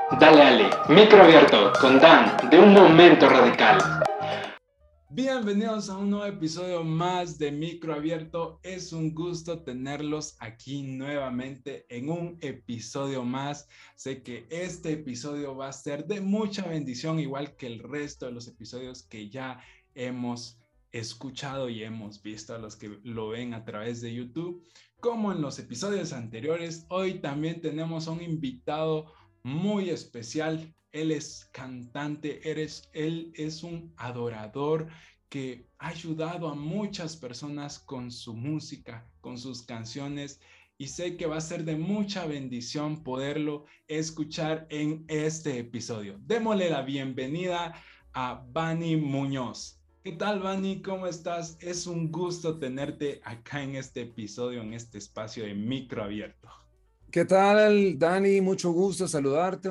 Dale Ale, micro abierto con Dan de Un Momento Radical. Bienvenidos a un nuevo episodio más de Micro Abierto. Es un gusto tenerlos aquí nuevamente en un episodio más. Sé que este episodio va a ser de mucha bendición, igual que el resto de los episodios que ya hemos escuchado y hemos visto a los que lo ven a través de YouTube. Como en los episodios anteriores, hoy también tenemos a un invitado muy especial. Él es cantante, él es un adorador que ha ayudado a muchas personas con su música, con sus canciones, y sé que va a ser de mucha bendición poderlo escuchar en este episodio. Démosle la bienvenida a Vani Muñoz. ¿Qué tal, Vani? ¿Cómo estás? Es un gusto tenerte acá en este episodio, en este espacio de Micro Abierto. ¿Qué tal, Dani? Mucho gusto saludarte,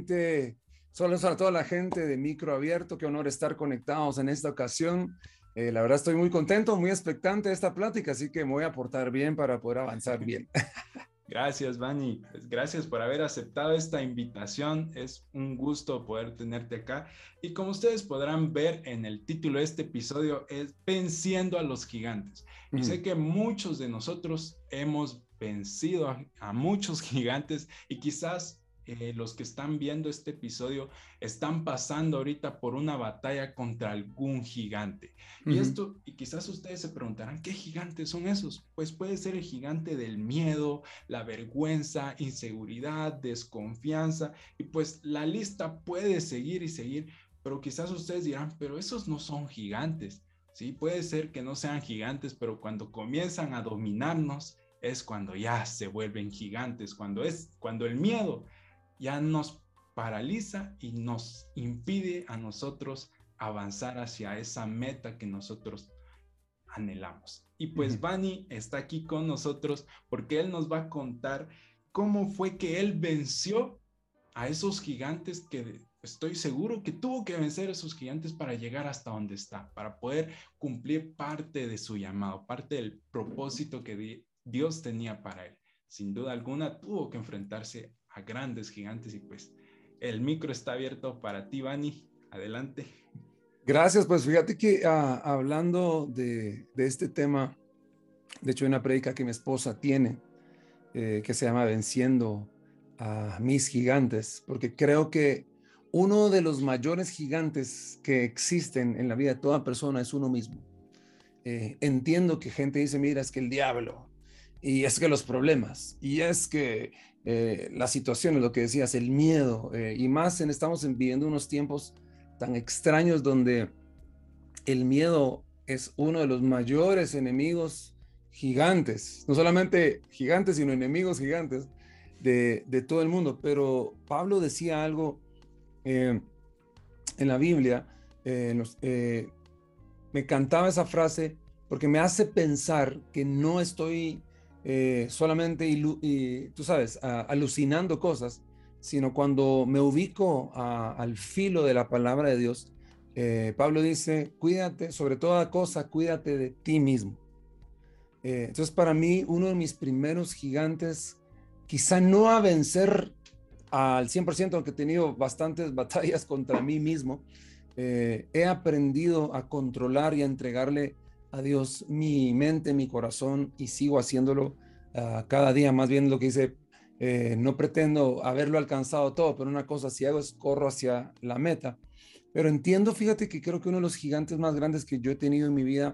saludos a toda la gente de Micro Abierto. Qué honor estar conectados en esta ocasión. La verdad estoy muy contento, muy expectante de esta plática, así que me voy a portar bien para poder avanzar bien. Gracias, Vani. Gracias por haber aceptado esta invitación. Es un gusto poder tenerte acá. Y como ustedes podrán ver en el título de este episodio, es Venciendo a los Gigantes. Y sé que muchos de nosotros hemos vencido a muchos gigantes y quizás los que están viendo este episodio están pasando ahorita por una batalla contra algún gigante. Y quizás ustedes se preguntarán, ¿qué gigantes son esos? Pues puede ser el gigante del miedo, la vergüenza, inseguridad, desconfianza, y pues la lista puede seguir y seguir, pero quizás ustedes dirán, pero esos no son gigantes. Sí, puede ser que no sean gigantes, pero cuando comienzan a dominarnos es cuando ya se vuelven gigantes, cuando el miedo ya nos paraliza y nos impide a nosotros avanzar hacia esa meta que nosotros anhelamos. Y pues Vani está aquí con nosotros porque él nos va a contar cómo fue que él venció a esos gigantes que estoy seguro que tuvo que vencer a esos gigantes para llegar hasta donde está, para poder cumplir parte de su llamado, parte del propósito que Dios tenía para él. Sin duda alguna tuvo que enfrentarse a grandes gigantes y pues el micro está abierto para ti, Vani. Adelante. Gracias, pues fíjate que hablando de este tema, de hecho hay una prédica que mi esposa tiene que se llama Venciendo a mis gigantes, porque creo que uno de los mayores gigantes que existen en la vida de toda persona es uno mismo. Entiendo que gente dice, mira, es que el diablo, y es que los problemas, y es que las situaciones, lo que decías, el miedo, y más estamos viviendo unos tiempos tan extraños donde el miedo es uno de los mayores enemigos gigantes, no solamente gigantes, sino enemigos gigantes de todo el mundo. Pero Pablo decía algo en la Biblia, me encantaba esa frase porque me hace pensar que no estoy solamente, tú sabes, alucinando cosas, sino cuando me ubico al filo de la palabra de Dios. Pablo dice, cuídate, sobre toda cosa, cuídate de ti mismo. Entonces, para mí, uno de mis primeros gigantes, quizá no a vencer al 100%, aunque he tenido bastantes batallas contra mí mismo, he aprendido a controlar y a entregarle a Dios mi mente, mi corazón, y sigo haciéndolo cada día. Más bien lo que dice, no pretendo haberlo alcanzado todo, pero una cosa sí hago es corro hacia la meta. Pero entiendo, fíjate que creo que uno de los gigantes más grandes que yo he tenido en mi vida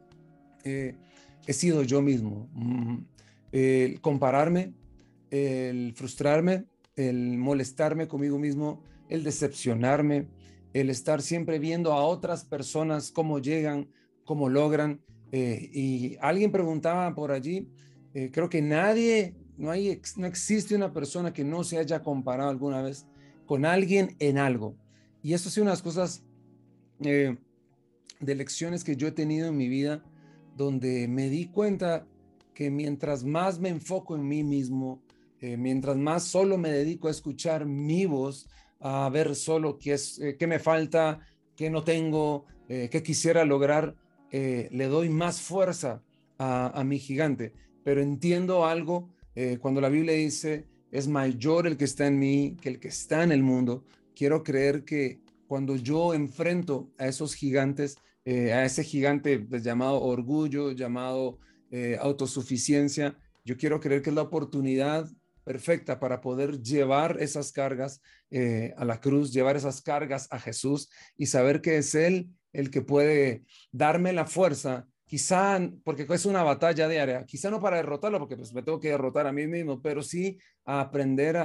he sido yo mismo. El compararme, el frustrarme, el molestarme conmigo mismo, el decepcionarme, el estar siempre viendo a otras personas cómo llegan, cómo logran. Y alguien preguntaba por allí, creo que no existe una persona que no se haya comparado alguna vez con alguien en algo. Y eso es una de las cosas de lecciones que yo he tenido en mi vida, donde me di cuenta que mientras más me enfoco en mí mismo, mientras más solo me dedico a escuchar mi voz, a ver solo qué me falta, qué no tengo, qué quisiera lograr, le doy más fuerza a mi gigante. Pero entiendo algo cuando la Biblia dice es mayor el que está en mí que el que está en el mundo. Quiero creer que cuando yo enfrento a esos gigantes, a ese gigante pues, llamado orgullo, llamado autosuficiencia, yo quiero creer que es la oportunidad perfecta para poder llevar esas cargas a la cruz, llevar esas cargas a Jesús y saber que es Él el que puede darme la fuerza, quizá porque es una batalla diaria, quizá no para derrotarlo, porque pues me tengo que derrotar a mí mismo, pero sí a aprender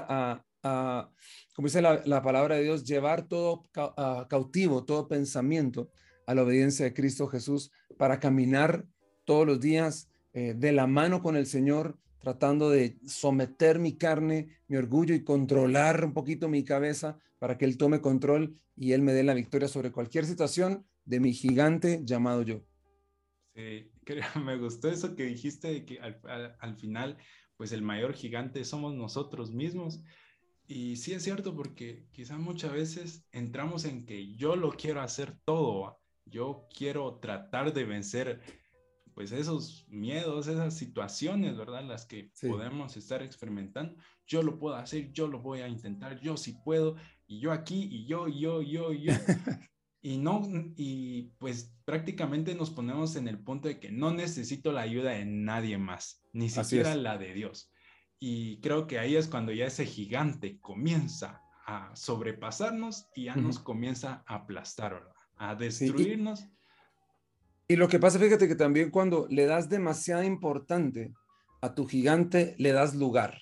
como dice la palabra de Dios, llevar todo cautivo, todo pensamiento a la obediencia de Cristo Jesús para caminar todos los días de la mano con el Señor, tratando de someter mi carne, mi orgullo y controlar un poquito mi cabeza para que Él tome control y Él me dé la victoria sobre cualquier situación de mi gigante llamado yo. Sí, creo, me gustó eso que dijiste de que al final, pues el mayor gigante somos nosotros mismos. Y sí es cierto porque quizás muchas veces entramos en que yo lo quiero hacer todo, yo quiero tratar de vencer pues esos miedos, esas situaciones, ¿verdad? Las que Sí. podemos estar experimentando. Yo lo puedo hacer, yo lo voy a intentar, yo sí puedo, y yo aquí, y yo. Y no, y pues prácticamente nos ponemos en el punto de que no necesito la ayuda de nadie más, ni Así siquiera es. la de Dios. Y creo que ahí es cuando ya ese gigante comienza a sobrepasarnos y ya nos Ujú. comienza a aplastar, ¿verdad? A Sí, destruirnos. y lo que pasa, fíjate que también cuando le das demasiada importante a tu gigante, le das lugar.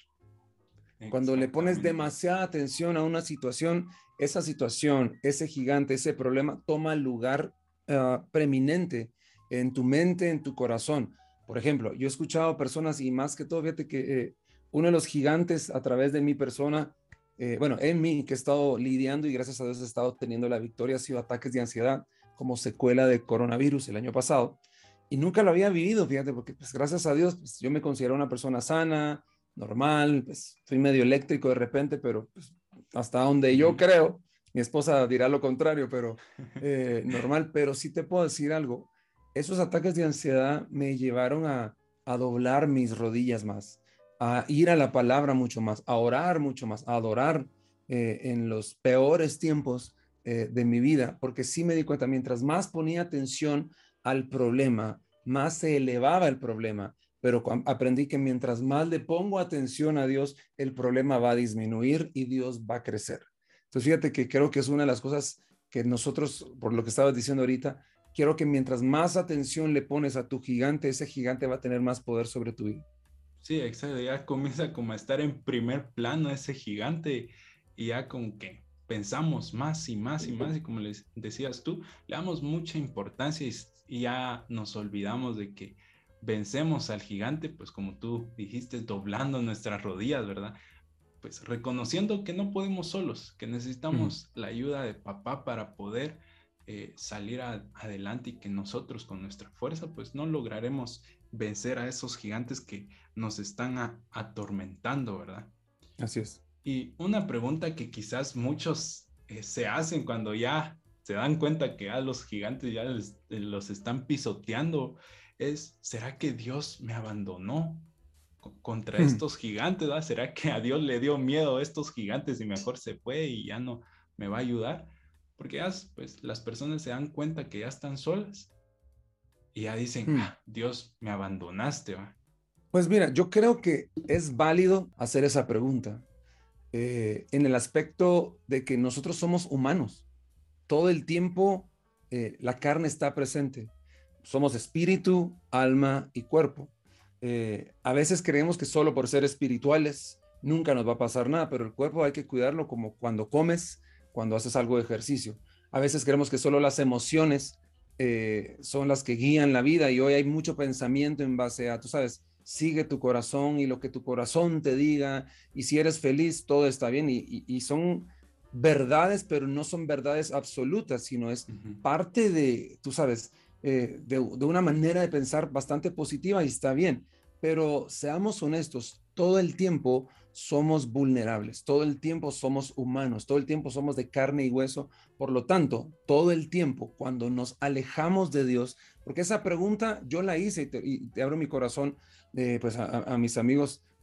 Cuando le pones Exactamente. demasiada atención a una situación, esa situación, ese gigante, ese problema toma lugar preeminente en tu mente, en tu corazón. Por ejemplo, yo he escuchado personas y más que todo, fíjate que uno de los gigantes a través de mi persona, bueno, en mí, que he estado lidiando y gracias a Dios he estado teniendo la victoria, ha sido ataques de ansiedad como secuela de coronavirus el año pasado. Y nunca lo había vivido, fíjate, porque pues gracias a Dios pues, yo me considero una persona sana, normal, pues soy medio eléctrico de repente, pero pues, hasta donde yo Ujú. creo, mi esposa dirá lo contrario, pero normal, pero sí te puedo decir algo, esos ataques de ansiedad me llevaron a doblar mis rodillas más, a ir a la palabra mucho más, a orar mucho más, a adorar en los peores tiempos de mi vida, porque sí me di cuenta, mientras más ponía atención al problema, más se elevaba el problema, pero aprendí que mientras más le pongo atención a Dios, el problema va a disminuir y Dios va a crecer. Entonces, fíjate que creo que es una de las cosas que nosotros, por lo que estabas diciendo ahorita, quiero que mientras más atención le pones a tu gigante, ese gigante va a tener más poder sobre tu vida. Sí, exacto. Ya comienza como a estar en primer plano ese gigante y ya como que pensamos más y más y más y como les decías tú, le damos mucha importancia y ya nos olvidamos de que vencemos al gigante, pues como tú dijiste, doblando nuestras rodillas, ¿verdad? Pues reconociendo que no podemos solos, que Ujú. necesitamos la ayuda de papá para poder salir adelante y que nosotros con nuestra fuerza pues no lograremos vencer a esos gigantes que nos están atormentando, ¿verdad? Así es. Y una pregunta que quizás muchos se hacen cuando ya se dan cuenta que a los gigantes ya los están pisoteando es, ¿será que Dios me abandonó contra estos gigantes? ¿verdad? ¿Será que a Dios le dio miedo a estos gigantes y mejor se fue y ya no me va a ayudar? Porque ya pues, las personas se dan cuenta que ya están solas y ya dicen, ah, Dios, me abandonaste, ¿va? Pues mira, yo creo que es válido hacer esa pregunta en el aspecto de que nosotros somos humanos. Todo el tiempo la carne está presente. Somos espíritu, alma y cuerpo. A veces creemos que solo por ser espirituales nunca nos va a pasar nada, pero el cuerpo hay que cuidarlo como cuando comes, cuando haces algo de ejercicio. A veces creemos que solo las emociones son las que guían la vida y hoy hay mucho pensamiento en base a, tú sabes, sigue tu corazón y lo que tu corazón te diga y si eres feliz todo está bien y son verdades, pero no son verdades absolutas, sino es Ujú. parte de, tú sabes, de una manera de pensar bastante positiva y está bien, pero seamos honestos, todo el tiempo somos vulnerables, todo el tiempo somos humanos, todo el tiempo somos de carne y hueso, por lo tanto, todo el tiempo cuando nos alejamos de Dios, porque esa pregunta yo la hice y te abro mi corazón pues a mis amigos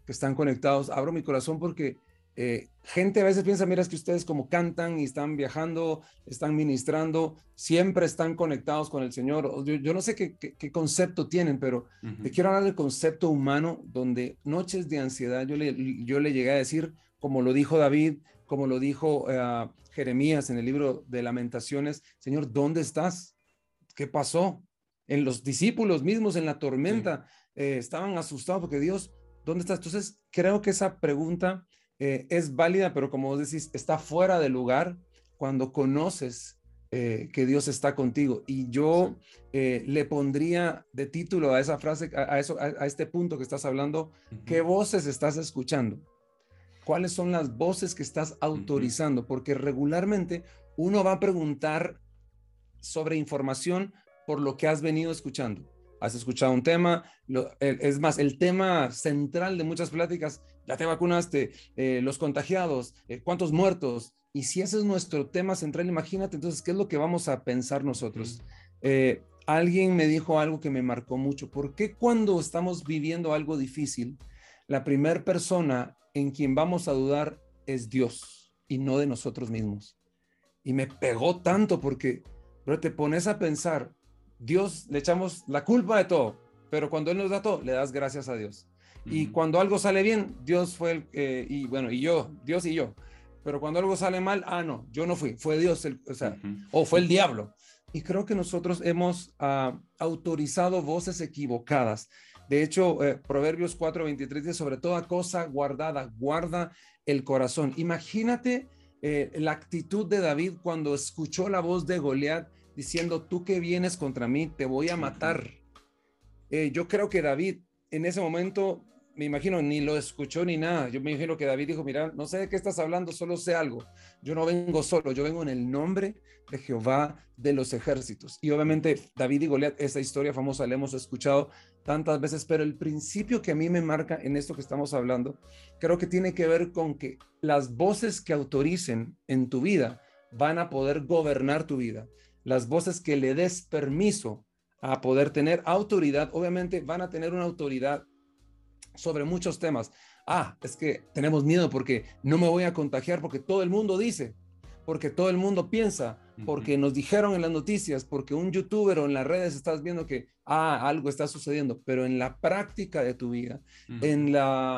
que están conectados. Abro mi corazón porque gente a veces piensa, mira, es que ustedes como cantan y están viajando, están ministrando, siempre están conectados con el Señor. Yo no sé qué concepto tienen, pero te quiero hablar del concepto humano, donde noches de ansiedad, yo le llegué a decir, como lo dijo David, como lo dijo Jeremías en el libro de Lamentaciones, Señor, ¿dónde estás? ¿Qué pasó? En los discípulos mismos, en la tormenta, estaban asustados porque Dios, ¿dónde estás? Entonces, creo que esa pregunta es válida, pero como vos decís, está fuera de lugar cuando conoces que Dios está contigo. Y yo le pondría de título a esa frase, a este punto que estás hablando, ¿qué voces estás escuchando? ¿Cuáles son las voces que estás autorizando? Porque regularmente uno va a preguntar sobre información por lo que has venido escuchando. Has escuchado un tema, es más, el tema central de muchas pláticas, ya te vacunaste, los contagiados, cuántos muertos, y si ese es nuestro tema central, imagínate entonces qué es lo que vamos a pensar nosotros. Alguien me dijo algo que me marcó mucho. ¿Por qué cuando estamos viviendo algo difícil, la primera persona en quien vamos a dudar es Dios y no de nosotros mismos? Y me pegó tanto porque, pero te pones a pensar, Dios le echamos la culpa de todo, pero cuando Él nos da todo, le das gracias a Dios. Y cuando algo sale bien, Dios fue Dios y yo. Pero cuando algo sale mal, no, yo no fui, fue Dios, o fue el diablo. Y creo que nosotros hemos autorizado voces equivocadas. De hecho, Proverbios 4:23 dice, sobre toda cosa guardada, guarda el corazón. Imagínate la actitud de David cuando escuchó la voz de Goliat diciendo, tú que vienes contra mí, te voy a matar. Yo creo que David en ese momento, me imagino, ni lo escuchó ni nada. Yo me imagino que David dijo, mira, no sé de qué estás hablando, solo sé algo. Yo no vengo solo, yo vengo en el nombre de Jehová de los ejércitos. Y obviamente David y Goliat, esa historia famosa la hemos escuchado tantas veces, pero el principio que a mí me marca en esto que estamos hablando, creo que tiene que ver con que las voces que autoricen en tu vida van a poder gobernar tu vida. Las voces que le des permiso a poder tener autoridad, obviamente van a tener una autoridad sobre muchos temas. Es que tenemos miedo porque no me voy a contagiar, porque todo el mundo dice, porque todo el mundo piensa, porque nos dijeron en las noticias, porque un youtuber o en las redes estás viendo que algo está sucediendo, pero en la práctica de tu vida, en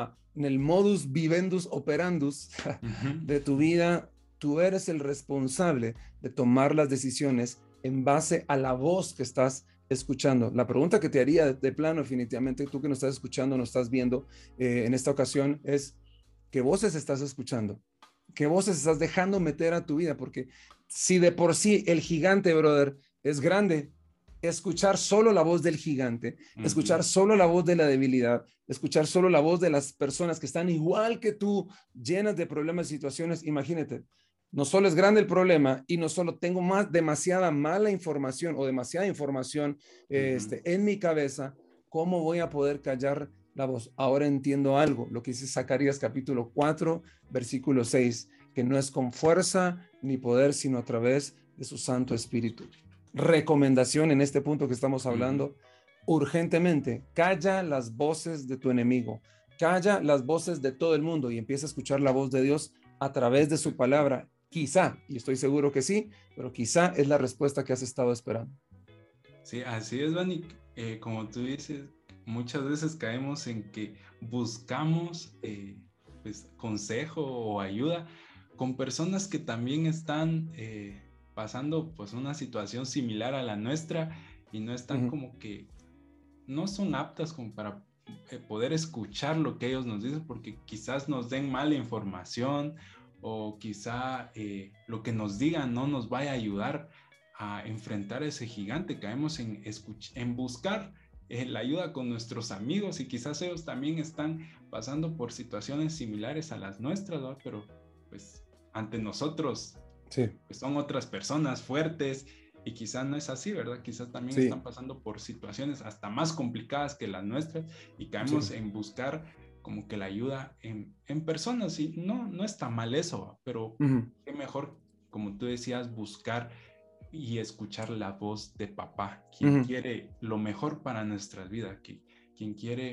el modus vivendus operandus de tu vida, tú eres el responsable de tomar las decisiones en base a la voz que estás escuchando. La pregunta que te haría de plano, definitivamente, tú que nos estás escuchando, nos estás viendo en esta ocasión, es ¿qué voces estás escuchando? ¿Qué voces estás dejando meter a tu vida? Porque si de por sí el gigante, brother, es grande, escuchar solo la voz del gigante, escuchar solo la voz de la debilidad, escuchar solo la voz de las personas que están igual que tú, llenas de problemas y situaciones, imagínate, no solo es grande el problema y no solo tengo demasiada mala información o demasiada información en mi cabeza, ¿cómo voy a poder callar la voz? Ahora entiendo algo, lo que dice Zacarías capítulo 4, versículo 6, que no es con fuerza ni poder, sino a través de su Santo Espíritu. Recomendación en este punto que estamos hablando, urgentemente, calla las voces de tu enemigo, calla las voces de todo el mundo y empieza a escuchar la voz de Dios a través de su palabra. Quizá, y estoy seguro que sí, pero quizá es la respuesta que has estado esperando. Sí, así es, Vani. Como tú dices, muchas veces caemos en que buscamos pues, consejo o ayuda con personas que también están pasando pues una situación similar a la nuestra y no están como que, no son aptas como para poder escuchar lo que ellos nos dicen, porque quizás nos den mala información o quizá lo que nos digan no nos vaya a ayudar a enfrentar ese gigante. Caemos en buscar la ayuda con nuestros amigos y quizás ellos también están pasando por situaciones similares a las nuestras, ¿no? Pero pues ante nosotros pues son otras personas fuertes y quizás no es así, ¿verdad? Quizás también están pasando por situaciones hasta más complicadas que las nuestras y caemos en buscar como que la ayuda en personas y no está mal eso, pero qué mejor, como tú decías, buscar y escuchar la voz de papá, quien quiere lo mejor para nuestras vidas, quien quiere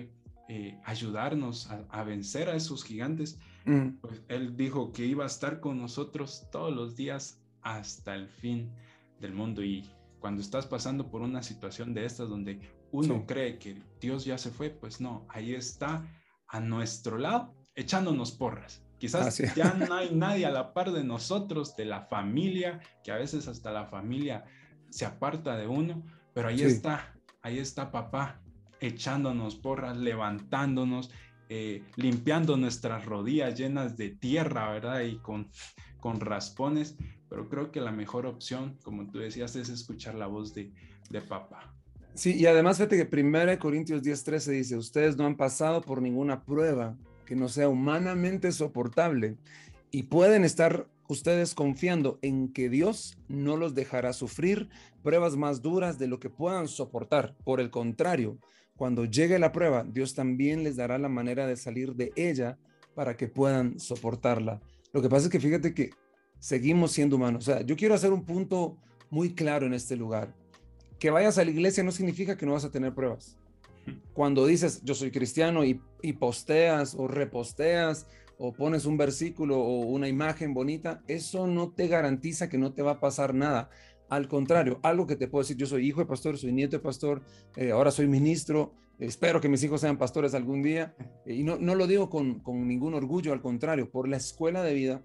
ayudarnos a vencer a esos gigantes, pues Él dijo que iba a estar con nosotros todos los días hasta el fin del mundo. Y cuando estás pasando por una situación de estas donde uno cree que Dios ya se fue, pues no, ahí está a nuestro lado echándonos porras. Quizás ya no hay nadie a la par de nosotros, de la familia, que a veces hasta la familia se aparta de uno, pero ahí está papá echándonos porras, levantándonos, limpiando nuestras rodillas llenas de tierra, ¿verdad? Y con raspones, pero creo que la mejor opción, como tú decías, es escuchar la voz de papá. Sí, y además fíjate que 1 Corintios 10:13 dice, ustedes no han pasado por ninguna prueba que no sea humanamente soportable y pueden estar ustedes confiando en que Dios no los dejará sufrir pruebas más duras de lo que puedan soportar. Por el contrario, cuando llegue la prueba, Dios también les dará la manera de salir de ella para que puedan soportarla. Lo que pasa es que fíjate que seguimos siendo humanos. O sea, yo quiero hacer un punto muy claro en este lugar. Que vayas a la iglesia no significa que no vas a tener pruebas. Cuando dices yo soy cristiano y posteas o reposteas o pones un versículo o una imagen bonita, eso no te garantiza que no te va a pasar nada. Al contrario, algo que te puedo decir, yo soy hijo de pastor, soy nieto de pastor, ahora soy ministro, espero que mis hijos sean pastores algún día, y no lo digo con ningún orgullo, al contrario, por la escuela de vida,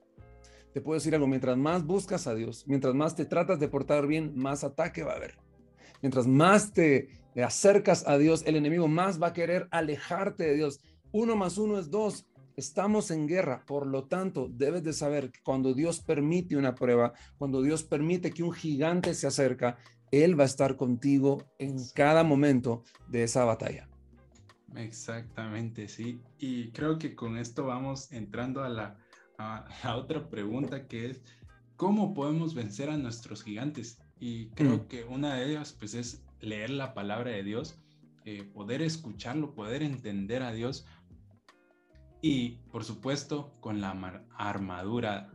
te puedo decir algo, mientras más buscas a Dios, mientras más te tratas de portar bien, más ataque va a haber. Mientras más te acercas a Dios, el enemigo más va a querer alejarte de Dios. 1 más 1 es 2. Estamos en guerra, por lo tanto, debes de saber que cuando Dios permite una prueba, cuando Dios permite que un gigante se acerca, Él va a estar contigo en cada momento de esa batalla. Exactamente, sí. Y creo que con esto vamos entrando a la otra pregunta, que es, ¿cómo podemos vencer a nuestros gigantes? Y creo que una de ellas, pues, es leer la palabra de Dios, poder escucharlo, poder entender a Dios. Y por supuesto con la armadura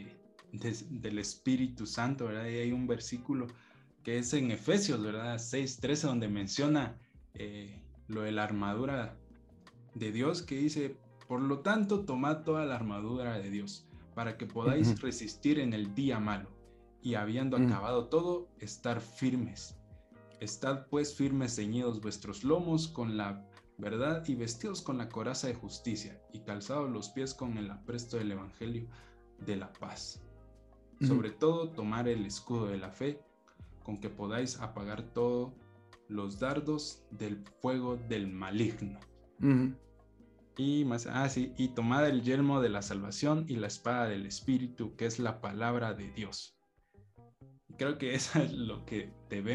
del Espíritu Santo, ¿verdad? Y hay un versículo que es en Efesios, ¿verdad? 6:13, donde menciona lo de la armadura de Dios, que dice, por lo tanto, tomad toda la armadura de Dios, para que podáis resistir en el día malo, y habiendo acabado todo, estar firmes. Estad pues firmes, ceñidos vuestros lomos con la verdad y vestidos con la coraza de justicia y calzados los pies con el apresto del evangelio de la paz. Sobre todo tomar el escudo de la fe, con que podáis apagar todos los dardos del fuego del maligno. Y más, y tomad el yelmo de la salvación y la espada del Espíritu, que es la palabra de Dios. Creo que eso es lo que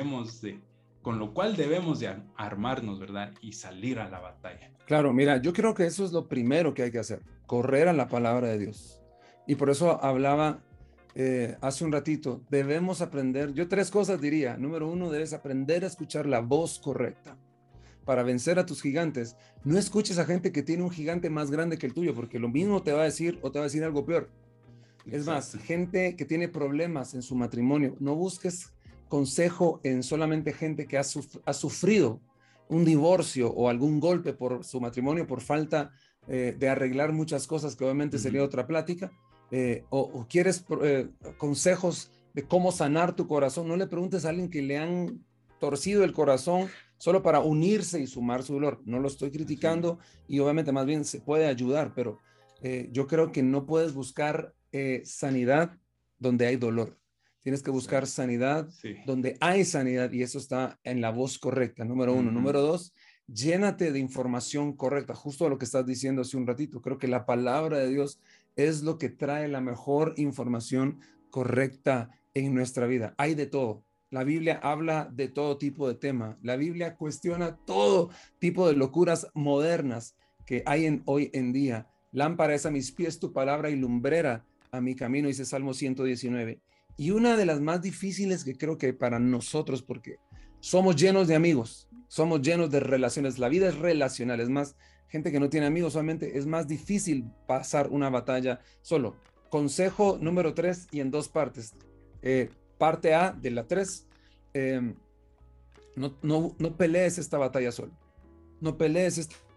con lo cual debemos de armarnos, ¿verdad? Y salir a la batalla. Claro, mira, yo creo que eso es lo primero que hay que hacer, correr a la palabra de Dios. Y por eso hablaba hace un ratito, debemos aprender, yo 3 cosas diría. Número 1, debes aprender a escuchar la voz correcta para vencer a tus gigantes. No escuches a gente que tiene un gigante más grande que el tuyo, porque lo mismo te va a decir o te va a decir algo peor. Exacto. Es más, gente que tiene problemas en su matrimonio, no busques consejo en solamente gente que ha sufrido un divorcio o algún golpe por su matrimonio por falta de arreglar muchas cosas, que obviamente sería otra plática, o quieres consejos de cómo sanar tu corazón. No le preguntes a alguien que le han torcido el corazón solo para unirse y sumar su dolor. No lo estoy criticando y obviamente más bien se puede ayudar, pero yo creo que no puedes buscar sanidad donde hay dolor. Tienes que buscar sanidad donde hay sanidad, y eso está en la voz correcta, número 1. Número 2, llénate de información correcta, justo lo que estás diciendo hace un ratito. Creo que la palabra de Dios es lo que trae la mejor información correcta en nuestra vida. Hay de todo. La Biblia habla de todo tipo de tema. La Biblia cuestiona todo tipo de locuras modernas que hay hoy en día. Lámpara es a mis pies tu palabra y lumbrera a mi camino, dice Salmo 119. Y una de las más difíciles que creo que para nosotros, porque somos llenos de amigos, somos llenos de relaciones, la vida es relacional, es más, gente que no tiene amigos, solamente es más difícil pasar una batalla solo. Consejo número 3 y en 2 partes. Parte A de la 3, no pelees esta batalla solo. No pelees esta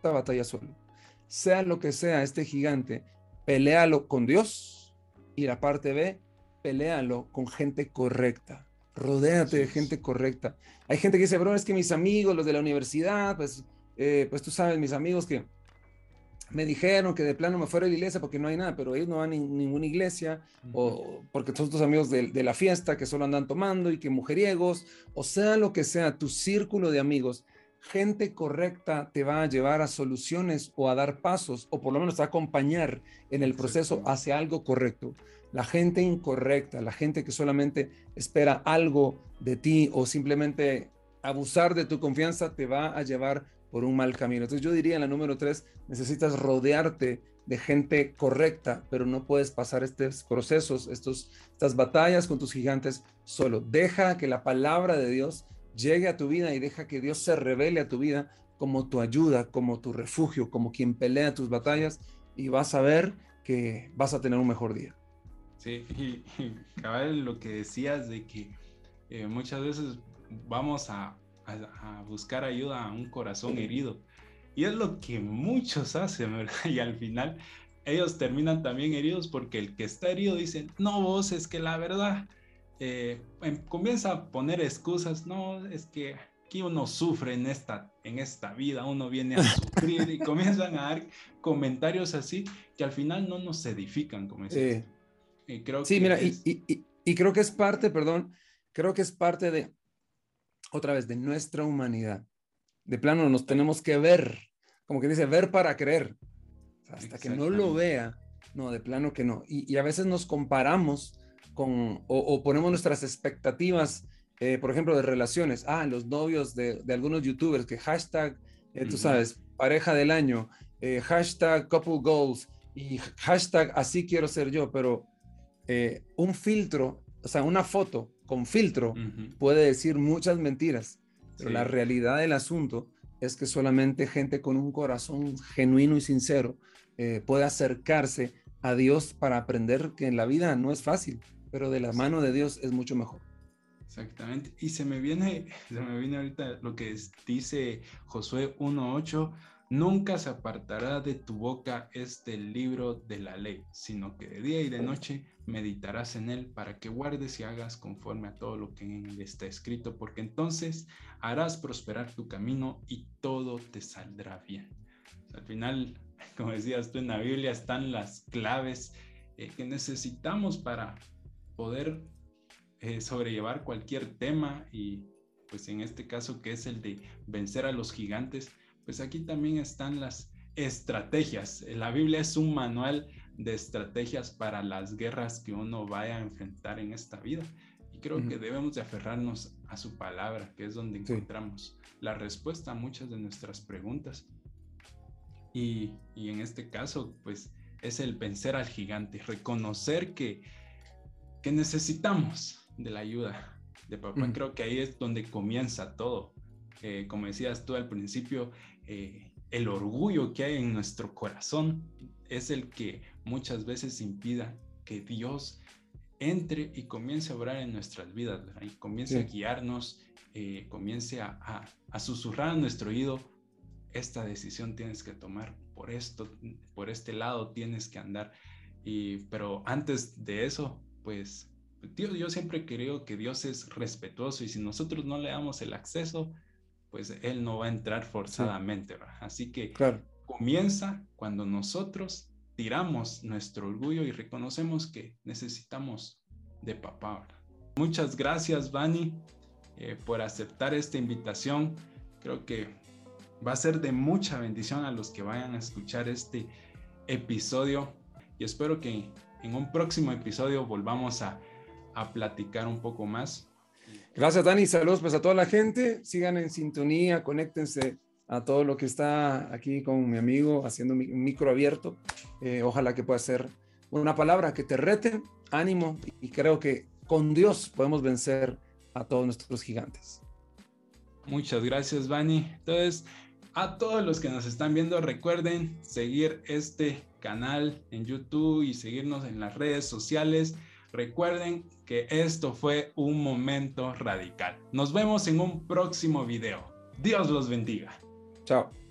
esta batalla solo. Sea lo que sea este gigante, peléalo con Dios. Y la parte B, peléalo con gente correcta. Rodéate de gente correcta. Hay gente que dice, bro, es que mis amigos, los de la universidad, pues tú sabes, mis amigos que me dijeron que de plano me fuera a la iglesia porque no hay nada, pero ellos no van a ninguna iglesia, o porque son tus amigos de la fiesta que solo andan tomando y que mujeriegos, o sea lo que sea, tu círculo de amigos, gente correcta te va a llevar a soluciones o a dar pasos, o por lo menos te va a acompañar en el proceso hacia algo correcto. La gente incorrecta, la gente que solamente espera algo de ti o simplemente abusar de tu confianza, te va a llevar por un mal camino. Entonces yo diría en la número 3, necesitas rodearte de gente correcta, pero no puedes pasar estos procesos, estas batallas con tus gigantes solo. Deja que la palabra de Dios llegue a tu vida y deja que Dios se revele a tu vida como tu ayuda, como tu refugio, como quien pelea tus batallas, y vas a ver que vas a tener un mejor día. Sí, y cabal, lo que decías de que muchas veces vamos a buscar ayuda a un corazón herido, y es lo que muchos hacen, ¿verdad? Y al final ellos terminan también heridos porque el que está herido dice, no, vos, es que la verdad, comienza a poner excusas, no, es que aquí uno sufre en esta vida, uno viene a sufrir, y comienzan a dar comentarios así que al final no nos edifican, como decías. Y creo sí, que mira, y creo que es parte, creo que es parte de, otra vez, de nuestra humanidad. De plano nos tenemos que ver, como que dice, ver para creer. Hasta que no lo vea, no, de plano que no. Y a veces nos comparamos o ponemos nuestras expectativas, por ejemplo, de relaciones. Los novios de algunos youtubers que hashtag, tú sabes, pareja del año, hashtag couple goals y hashtag así quiero ser yo, pero un filtro, o sea, una foto con filtro puede decir muchas mentiras, pero la realidad del asunto es que solamente gente con un corazón genuino y sincero puede acercarse a Dios para aprender que en la vida no es fácil, pero de la mano de Dios es mucho mejor. Exactamente. Y se me viene ahorita lo que dice Josué 1:8, nunca se apartará de tu boca este libro de la ley, sino que de día y de noche meditarás en él para que guardes y hagas conforme a todo lo que en él está escrito, porque entonces harás prosperar tu camino y todo te saldrá bien. Al final, como decías tú, en la Biblia están las claves que necesitamos para poder sobrellevar cualquier tema, y pues en este caso que es el de vencer a los gigantes, pues aquí también están las estrategias. La Biblia es un manual de estrategias para las guerras que uno vaya a enfrentar en esta vida, y creo que debemos de aferrarnos a su palabra, que es donde encontramos la respuesta a muchas de nuestras preguntas, y en este caso pues es el vencer al gigante, reconocer que necesitamos de la ayuda de papá. Creo que ahí es donde comienza todo. Como decías tú al principio, el orgullo que hay en nuestro corazón es el que muchas veces impida que Dios entre y comience a obrar en nuestras vidas, ¿verdad? Y comience a guiarnos, comience a susurrar a nuestro oído, esta decisión tienes que tomar, por este lado tienes que andar. Pero antes de eso, pues Dios, yo siempre creo que Dios es respetuoso, y si nosotros no le damos el acceso, pues Él no va a entrar forzadamente, ¿verdad? Así que comienza cuando nosotros tiramos nuestro orgullo y reconocemos que necesitamos de papá, ¿verdad? Muchas gracias, Vani, por aceptar esta invitación. Creo que va a ser de mucha bendición a los que vayan a escuchar este episodio, y espero que en un próximo episodio volvamos a platicar un poco más. Gracias, Dani. Saludos pues a toda la gente. Sigan en sintonía, conéctense a todo lo que está aquí con mi amigo haciendo un micro abierto. Ojalá que pueda ser una palabra que te rete, ánimo, y creo que con Dios podemos vencer a todos nuestros gigantes. Muchas gracias, Vani. Entonces, a todos los que nos están viendo, recuerden seguir este canal en YouTube y seguirnos en las redes sociales. Recuerden que esto fue un momento radical. Nos vemos en un próximo video. Dios los bendiga. Chao.